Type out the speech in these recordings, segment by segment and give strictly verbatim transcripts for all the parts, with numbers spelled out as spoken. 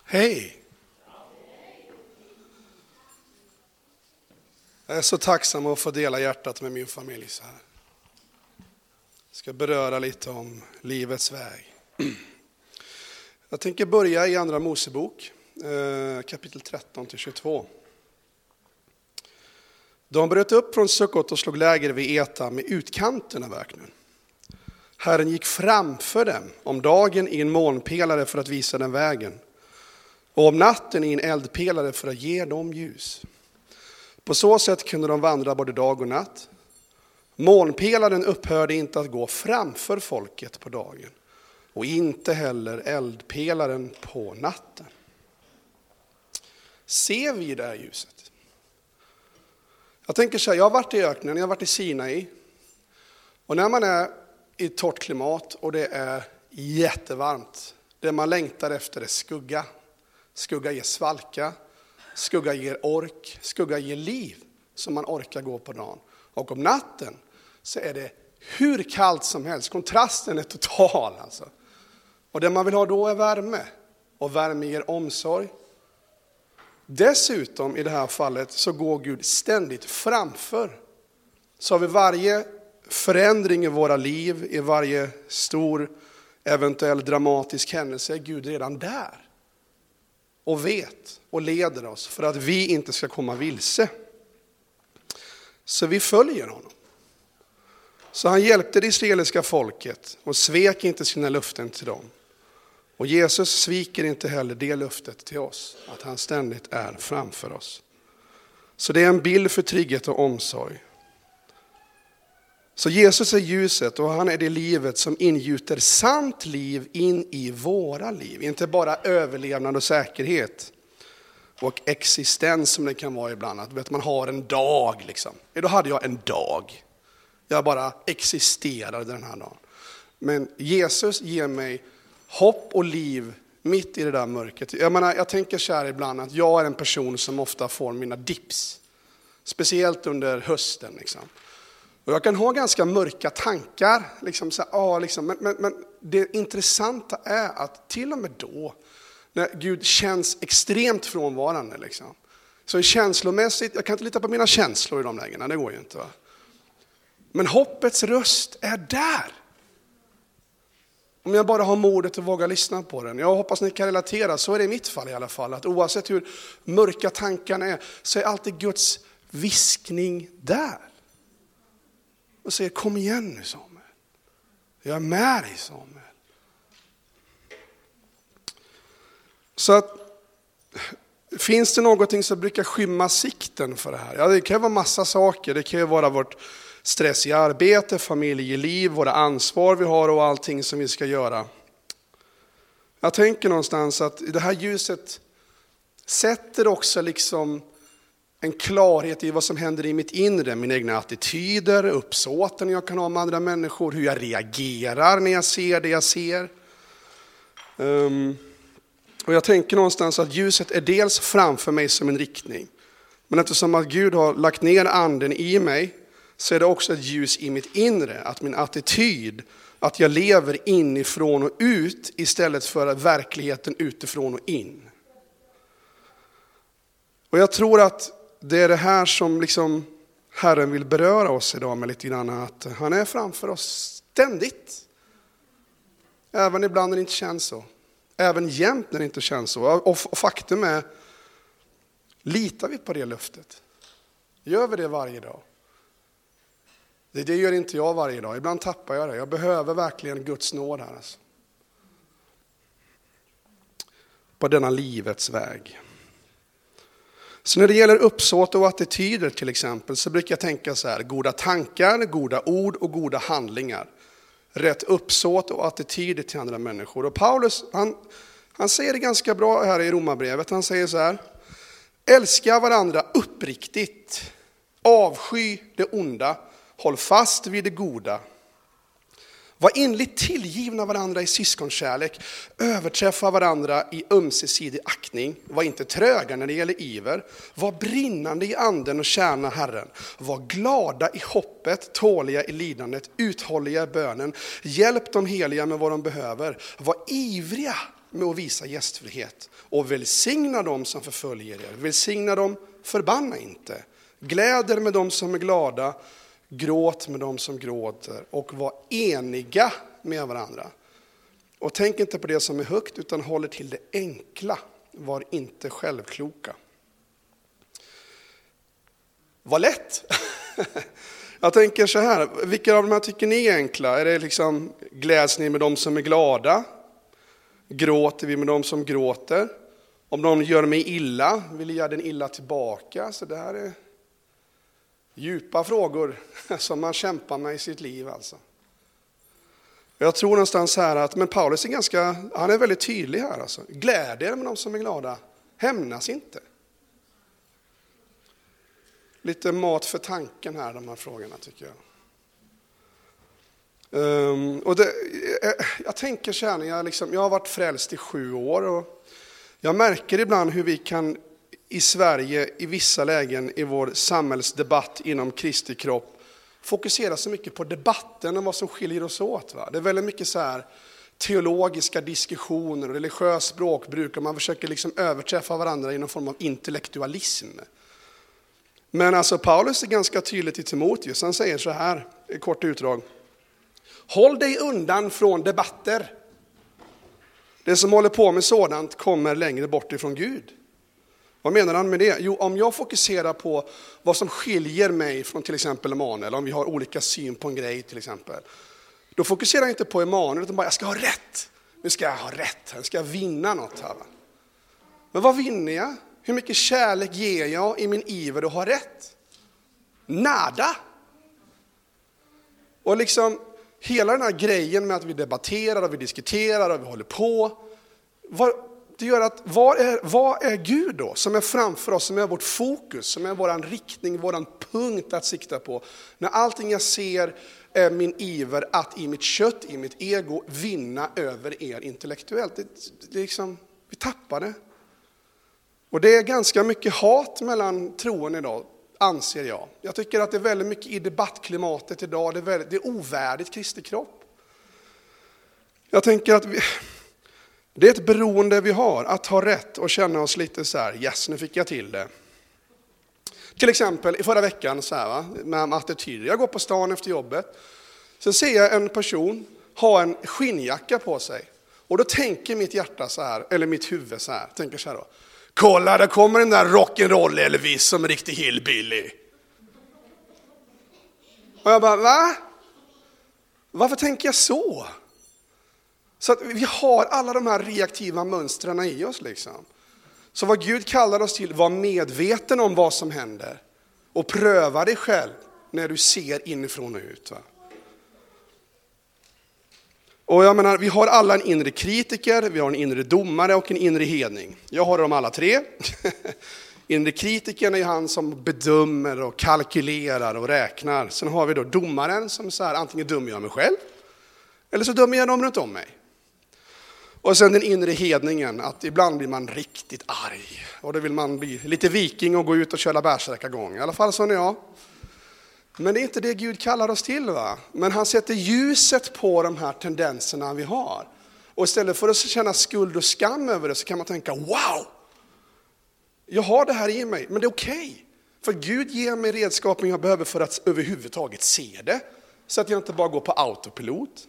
Hej! Jag är så tacksam att få dela hjärtat med min familj så här. Jag ska beröra lite om livets väg. Jag tänker börja i andra Mosebok, kapitel tretton till tjugotvå. De bröt upp från Sukkot och slog läger vid Etam med utkanten av öknen. Herren gick framför dem om dagen i en molnpelare för att visa dem vägen, och om natten i en eldpelare för att ge dem ljus. På så sätt kunde de vandra både dag och natt. Molnpelaren upphörde inte att gå framför folket på dagen, och inte heller eldpelaren på natten. Ser vi det här ljuset? Jag tänker så här, jag har varit i öknen, jag har varit i Sinai. Och när man är i ett torrt klimat och det är jättevarmt, det man längtar efter är skugga. Skugga ger svalka, skugga ger ork, skugga ger liv som man orkar gå på dagen. Och om natten så är det hur kallt som helst, kontrasten är total alltså. Och det man vill ha då är värme, och värme ger omsorg. Dessutom i det här fallet så går Gud ständigt framför. Så har vi varje förändring i våra liv, i varje stor eventuell dramatisk händelse, är Gud redan där. Och vet och leder oss för att vi inte ska komma vilse. Så vi följer honom. Så han hjälpte det israeliska folket och svek inte sina löften till dem. Och Jesus sviker inte heller det löftet till oss, att han ständigt är framför oss. Så det är en bild för trygghet och omsorg. Så Jesus är ljuset, och han är det livet som ingjuter sant liv in i våra liv. Inte bara överlevnad och säkerhet och existens som det kan vara ibland. Att vet, man har en dag liksom. Då hade jag en dag. Jag bara existerade den här dagen. Men Jesus ger mig hopp och liv mitt i det där mörkret. Jag menar, jag tänker så här ibland att jag är en person som ofta får mina dips. Speciellt under hösten liksom. Och jag kan ha ganska mörka tankar, liksom så här, ah, liksom, men, men, men det intressanta är att till och med då, när Gud känns extremt frånvarande, liksom, så känslomässigt, jag kan inte lita på mina känslor i de lägena, det går ju inte. Va? Men hoppets röst är där. Om jag bara har modet att våga lyssna på den. Jag hoppas ni kan relatera, så är det i mitt fall i alla fall. Att oavsett hur mörka tankarna är, så är alltid Guds viskning där. Och säger, kom igen nu Samuel. Jag är med dig Samuel. Så att, finns det någonting som brukar skymma sikten för det här? Ja, det kan vara massa saker. Det kan ju vara vårt stress i arbete, familjeliv, våra ansvar vi har och allting som vi ska göra. Jag tänker någonstans att det här ljuset sätter också liksom en klarhet i vad som händer i mitt inre, mina egna attityder, uppsåten jag kan ha med andra människor, hur jag reagerar när jag ser det jag ser. Um, och jag tänker någonstans att ljuset är dels framför mig som en riktning, men eftersom att Gud har lagt ner anden i mig, så är det också ett ljus i mitt inre, att min attityd, att jag lever inifrån och ut istället för verkligheten utifrån och in. Och jag tror att det är det här som liksom Herren vill beröra oss idag med lite grann, att han är framför oss ständigt. Även ibland när det inte känns så. Även jämt när det inte känns så. Och faktum är, litar vi på det löftet? Gör vi det varje dag? Det, det gör inte jag varje dag. Ibland tappar jag det. Jag behöver verkligen Guds nåd här. Alltså. På denna livets väg. Så när det gäller uppsåt och attityder till exempel, så brukar jag tänka så här: goda tankar, goda ord och goda handlingar. Rätt uppsåt och attityder till andra människor. Och Paulus, han, han säger det ganska bra här i Romarbrevet. Han säger så här: älska varandra uppriktigt, avsky det onda, håll fast vid det goda. Var inligt tillgivna varandra i syskonkärlek, överträffa varandra i ömsesidig aktning. Var inte tröga när det gäller iver. Var brinnande i anden och tjäna Herren. Var glada i hoppet, tåliga i lidandet, uthålliga i bönen. Hjälp de heliga med vad de behöver. Var ivriga med att visa gästfrihet. Och välsigna dem som förföljer er. Välsigna dem, förbanna inte. Gläder med dem som är glada. Gråt med dem som gråter. Och var eniga med varandra. Och tänk inte på det som är högt utan håller till det enkla. Var inte självkloka. Var lätt. Jag tänker så här, vilka av de här tycker ni är enkla? Är det liksom, gläds ni med dem som är glada? Gråter vi med dem som gråter? Om de gör mig illa, vill jag göra den illa tillbaka? Så det här är djupa frågor som man kämpar med i sitt liv alltså. Jag tror någonstans här att, men Paulus är ganska, han är väldigt tydlig här alltså. Gläd er med dem som är glada, hämnas inte. Lite mat för tanken här, de här frågorna tycker jag. Um, och det, jag, jag tänker så här, jag, liksom, jag har varit frälst i sju år och jag märker ibland hur vi kan i Sverige i vissa lägen i vår samhällsdebatt inom Kristi kropp fokusera så mycket på debatten och vad som skiljer oss åt. Va? Det är väldigt mycket så här teologiska diskussioner och religiös språkbruk och man försöker liksom överträffa varandra i någon form av intellektualism. Men alltså Paulus är ganska tydligt i Timoteus. Han säger så här, i kort utdrag. Håll dig undan från debatter. Det som håller på med sådant kommer längre bort ifrån Gud. Vad menar han med det? Jo, om jag fokuserar på vad som skiljer mig från till exempel Emanuel, om vi har olika syn på en grej till exempel, då fokuserar jag inte på Emanuel utan bara jag ska ha rätt. Nu ska jag ha rätt, jag ska vinna något här. Men vad vinner jag? Hur mycket kärlek ger jag i min iver att ha rätt? Nada. Och liksom hela den här grejen med att vi debatterar och vi diskuterar och vi håller på. Vad, det gör att vad är, vad är Gud då som är framför oss, som är vårt fokus, som är våran riktning, våran punkt att sikta på. När allting jag ser är min iver att i mitt kött, i mitt ego vinna över er intellektuellt. Det, det är liksom, vi tappar det. Och det är ganska mycket hat mellan troen idag, anser jag. Jag tycker att det är väldigt mycket i debattklimatet idag. Det är, väldigt, det är ovärdigt Kristi kropp. Jag tänker att vi, det är ett beroende vi har, att ha rätt och känna oss lite så här, yes, nu fick jag till det. Till exempel i förra veckan så här, va, med attityder. Jag går på stan efter jobbet. Så ser jag en person ha en skinnjacka på sig. Och då tänker mitt hjärta så här, eller mitt huvud så här, tänker så här då. Kolla, där kommer den där rock'n'roll Elvis som är riktig hillbilly. Och jag bara, va? Varför tänker jag så? Så att vi har alla de här reaktiva mönstren i oss liksom. Så vad Gud kallar oss till, var medveten om vad som händer. Och pröva dig själv när du ser inifrån och ut. Va? Och jag menar, vi har alla en inre kritiker, vi har en inre domare och en inre hedning. Jag har dem alla tre. Inre kritikern är han som bedömer och kalkylerar och räknar. Sen har vi då domaren som så här, antingen dömer jag mig själv eller så dömer jag dem runt om mig. Och sen den inre hedningen, att ibland blir man riktigt arg. Och då vill man bli lite viking och gå ut och köra bärsärkagång. I alla fall så är jag. Men det är inte det Gud kallar oss till, va? Men han sätter ljuset på de här tendenserna vi har. Och istället för att känna skuld och skam över det så kan man tänka, wow! Jag har det här i mig, men det är okej. Okay. För Gud ger mig redskapen jag behöver för att överhuvudtaget se det. Så att jag inte bara går på autopilot.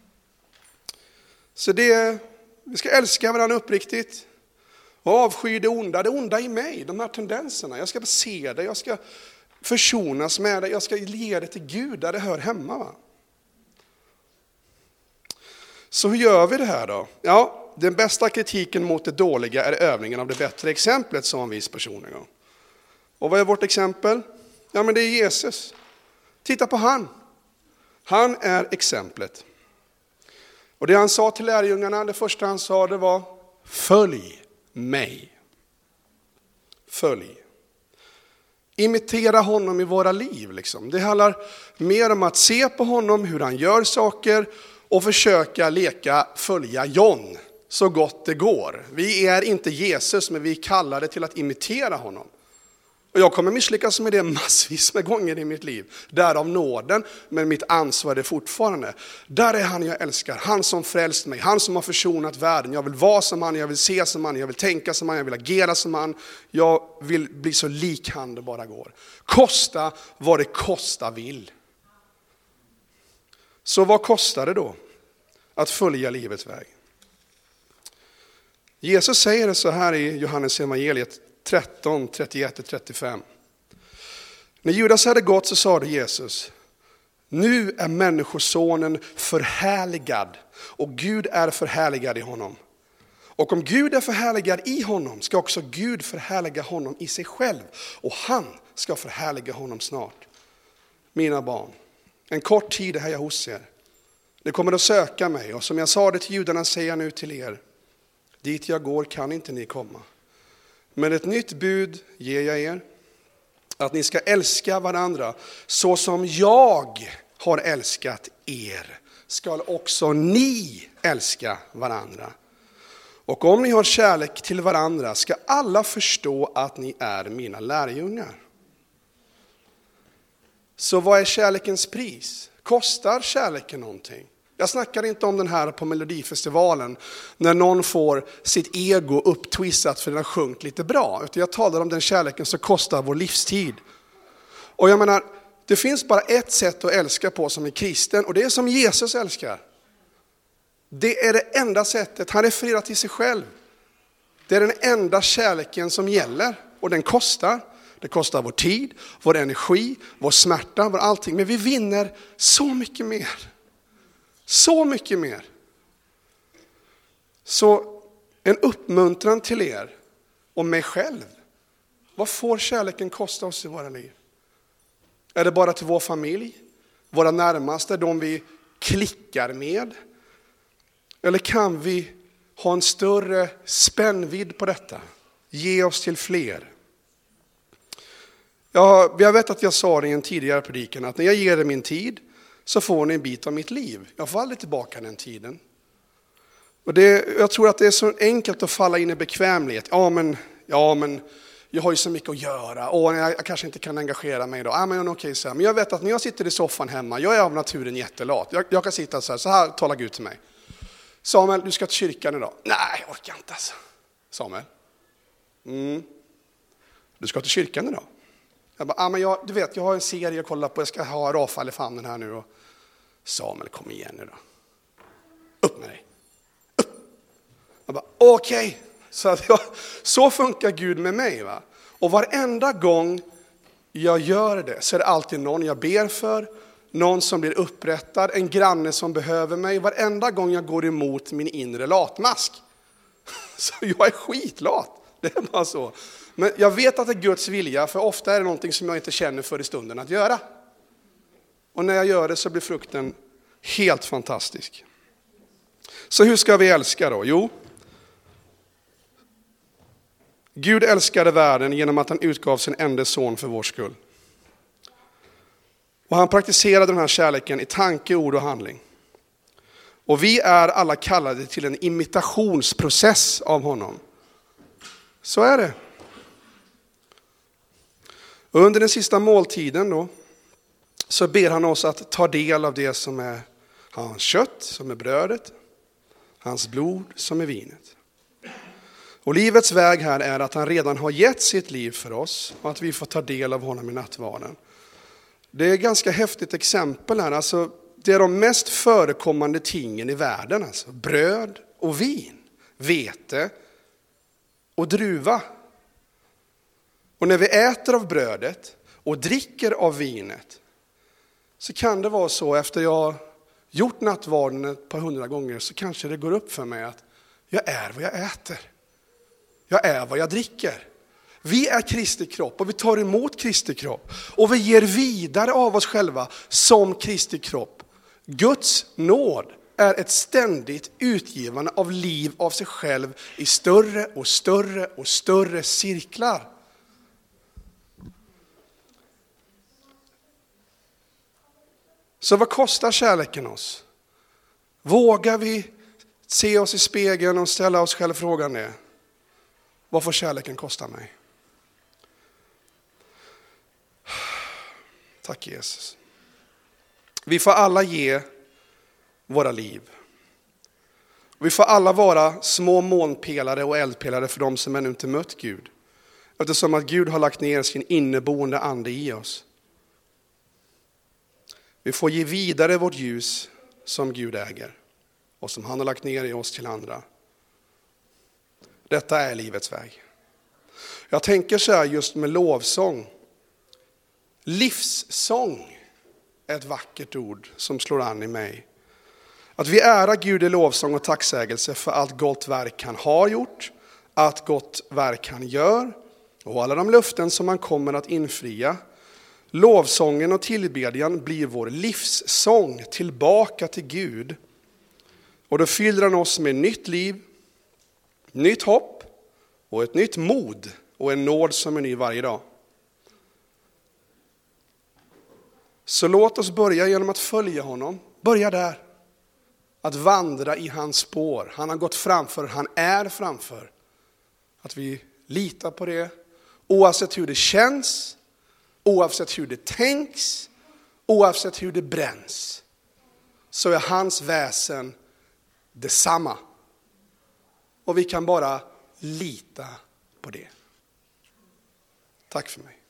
Så det, vi ska älska varandra uppriktigt. Och avsky det onda, det onda i mig, de här tendenserna. Jag ska se det, jag ska försonas med det, jag ska ge det till Gud där det hör hemma. Va? Så hur gör vi det här då? Ja, den bästa kritiken mot det dåliga är övningen av det bättre exemplet, sa en viss person en gång. Och vad är vårt exempel? Ja, men det är Jesus. Titta på han. Han är exemplet. Och det han sa till lärjungarna, det första han sa det var, följ mig. Följ. Imitera honom i våra liv. Liksom. Det handlar mer om att se på honom, hur han gör saker och försöka leka följa John så gott det går. Vi är inte Jesus, men vi kallar det till att imitera honom. Och jag kommer misslyckas med det massvis med gånger i mitt liv. Därav nåden, men mitt ansvar är fortfarande. Där är han jag älskar, han som frälst mig, han som har försonat världen. Jag vill vara som han, jag vill se som han, jag vill tänka som han, jag vill agera som han. Jag vill bli så lik han det bara går. Kosta vad det kosta vill. Så vad kostar det då att följa livets väg? Jesus säger det så här i Johannes evangeliet tretton, trettioett till trettiofem. När Judas hade gått så sa det Jesus: nu är människosonen förhärligad och Gud är förhärligad i honom. Och om Gud är förhärligad i honom ska också Gud förhärliga honom i sig själv. Och han ska förhärliga honom snart. Mina barn, en kort tid är jag hos er. Det kommer att söka mig, och som jag sa det till judarna säger jag nu till er: dit jag går kan inte ni komma. Men ett nytt bud ger jag er, att ni ska älska varandra så som jag har älskat er, ska också ni älska varandra. Och om ni har kärlek till varandra ska alla förstå att ni är mina lärjungar. Så vad är kärlekens pris? Kostar kärleken någonting? Jag snackar inte om den här på Melodifestivalen när någon får sitt ego upptwistat för den har sjungit lite bra. Utan jag talar om den kärleken som kostar vår livstid. Och jag menar, det finns bara ett sätt att älska på som är kristen, och det är som Jesus älskar. Det är det enda sättet. Han refererar till sig själv. Det är den enda kärleken som gäller, och den kostar. Det kostar vår tid, vår energi, vår smärta, vår allting. Men vi vinner så mycket mer. Så mycket mer. Så en uppmuntran till er och mig själv. Vad får kärleken kosta oss i våra liv? Är det bara till vår familj, våra närmaste, de vi klickar med? Eller kan vi ha en större spännvidd på detta? Ge oss till fler. Ja, jag vet att jag sa det i en tidigare predikan att när jag ger er min tid så får ni en bit av mitt liv. Jag får aldrig tillbaka den tiden. Och det, jag tror att det är så enkelt att falla in i bekvämlighet. Ja men, ja, men jag har ju så mycket att göra. Och jag, jag kanske inte kan engagera mig då. Ja, men, okej, så här. Men jag vet att när jag sitter i soffan hemma, jag är av naturen jättelat. Jag, jag kan sitta så här, så här talar Gud till mig. Samuel, du ska till kyrkan idag. Nej, jag orkar inte alltså. Samuel. Mm. Du ska till kyrkan idag. Jag bara, ah, men jag, du vet, jag har en serie att kolla på. Jag ska ha Rafael i famnen här nu. Och Samuel, kom igen nu då. Upp med dig. Upp. Jag bara, okej. Okay. Så, så funkar Gud med mig. Va? Och varenda gång jag gör det så är det alltid någon jag ber för. Någon som blir upprättad. En granne som behöver mig. Varenda gång jag går emot min inre latmask. Så jag är skitlat. Det är bara så. Men jag vet att det är Guds vilja, för ofta är det någonting som jag inte känner för i stunden att göra. Och när jag gör det så blir frukten helt fantastisk. Så hur ska vi älska då? Jo, Gud älskade världen genom att han utgav sin enda son för vår skull. Och han praktiserade den här kärleken i tanke, ord och handling. Och vi är alla kallade till en imitationsprocess av honom. Så är det. Och under den sista måltiden då, så ber han oss att ta del av det som är hans kött, som är brödet, hans blod, som är vinet. Och livets väg här är att han redan har gett sitt liv för oss och att vi får ta del av honom i nattvarden. Det är ett ganska häftigt exempel här. Alltså, det är de mest förekommande tingen i världen. Alltså. Bröd och vin, vete och druva. Och när vi äter av brödet och dricker av vinet så kan det vara så, efter jag gjort nattvarden ett par hundra gånger, så kanske det går upp för mig att jag är vad jag äter. Jag är vad jag dricker. Vi är Kristi kropp och vi tar emot Kristi kropp. Och vi ger vidare av oss själva som Kristi kropp. Guds nåd är ett ständigt utgivande av liv av sig själv i större och större och större cirklar. Så vad kostar kärleken oss? Vågar vi se oss i spegeln och ställa oss själva frågan det? Vad får kärleken kosta mig? Tack Jesus. Vi får alla ge våra liv. Vi får alla vara små månpelare och eldpelare för de som ännu inte mött Gud. Eftersom att Gud har lagt ner sin inneboende ande i oss. Vi får ge vidare vårt ljus som Gud äger. Och som han har lagt ner i oss till andra. Detta är livets väg. Jag tänker så här just med lovsång. Livssång är ett vackert ord som slår an i mig. Att vi ärar Gud i lovsång och tacksägelse för allt gott verk han har gjort. Allt gott verk han gör. Och alla de löften som han kommer att infria. Lovsången och tillbedjan blir vår livssång tillbaka till Gud. Och då fyller han oss med nytt liv, nytt hopp och ett nytt mod och en nåd som är ny varje dag. Så låt oss börja genom att följa honom. Börja där. Att vandra i hans spår. Han har gått framför, han är framför. Att vi litar på det. Oavsett hur det känns. Oavsett hur det tänks. Oavsett hur det bränns. Så är hans väsen detsamma. Och vi kan bara lita på det. Tack för mig.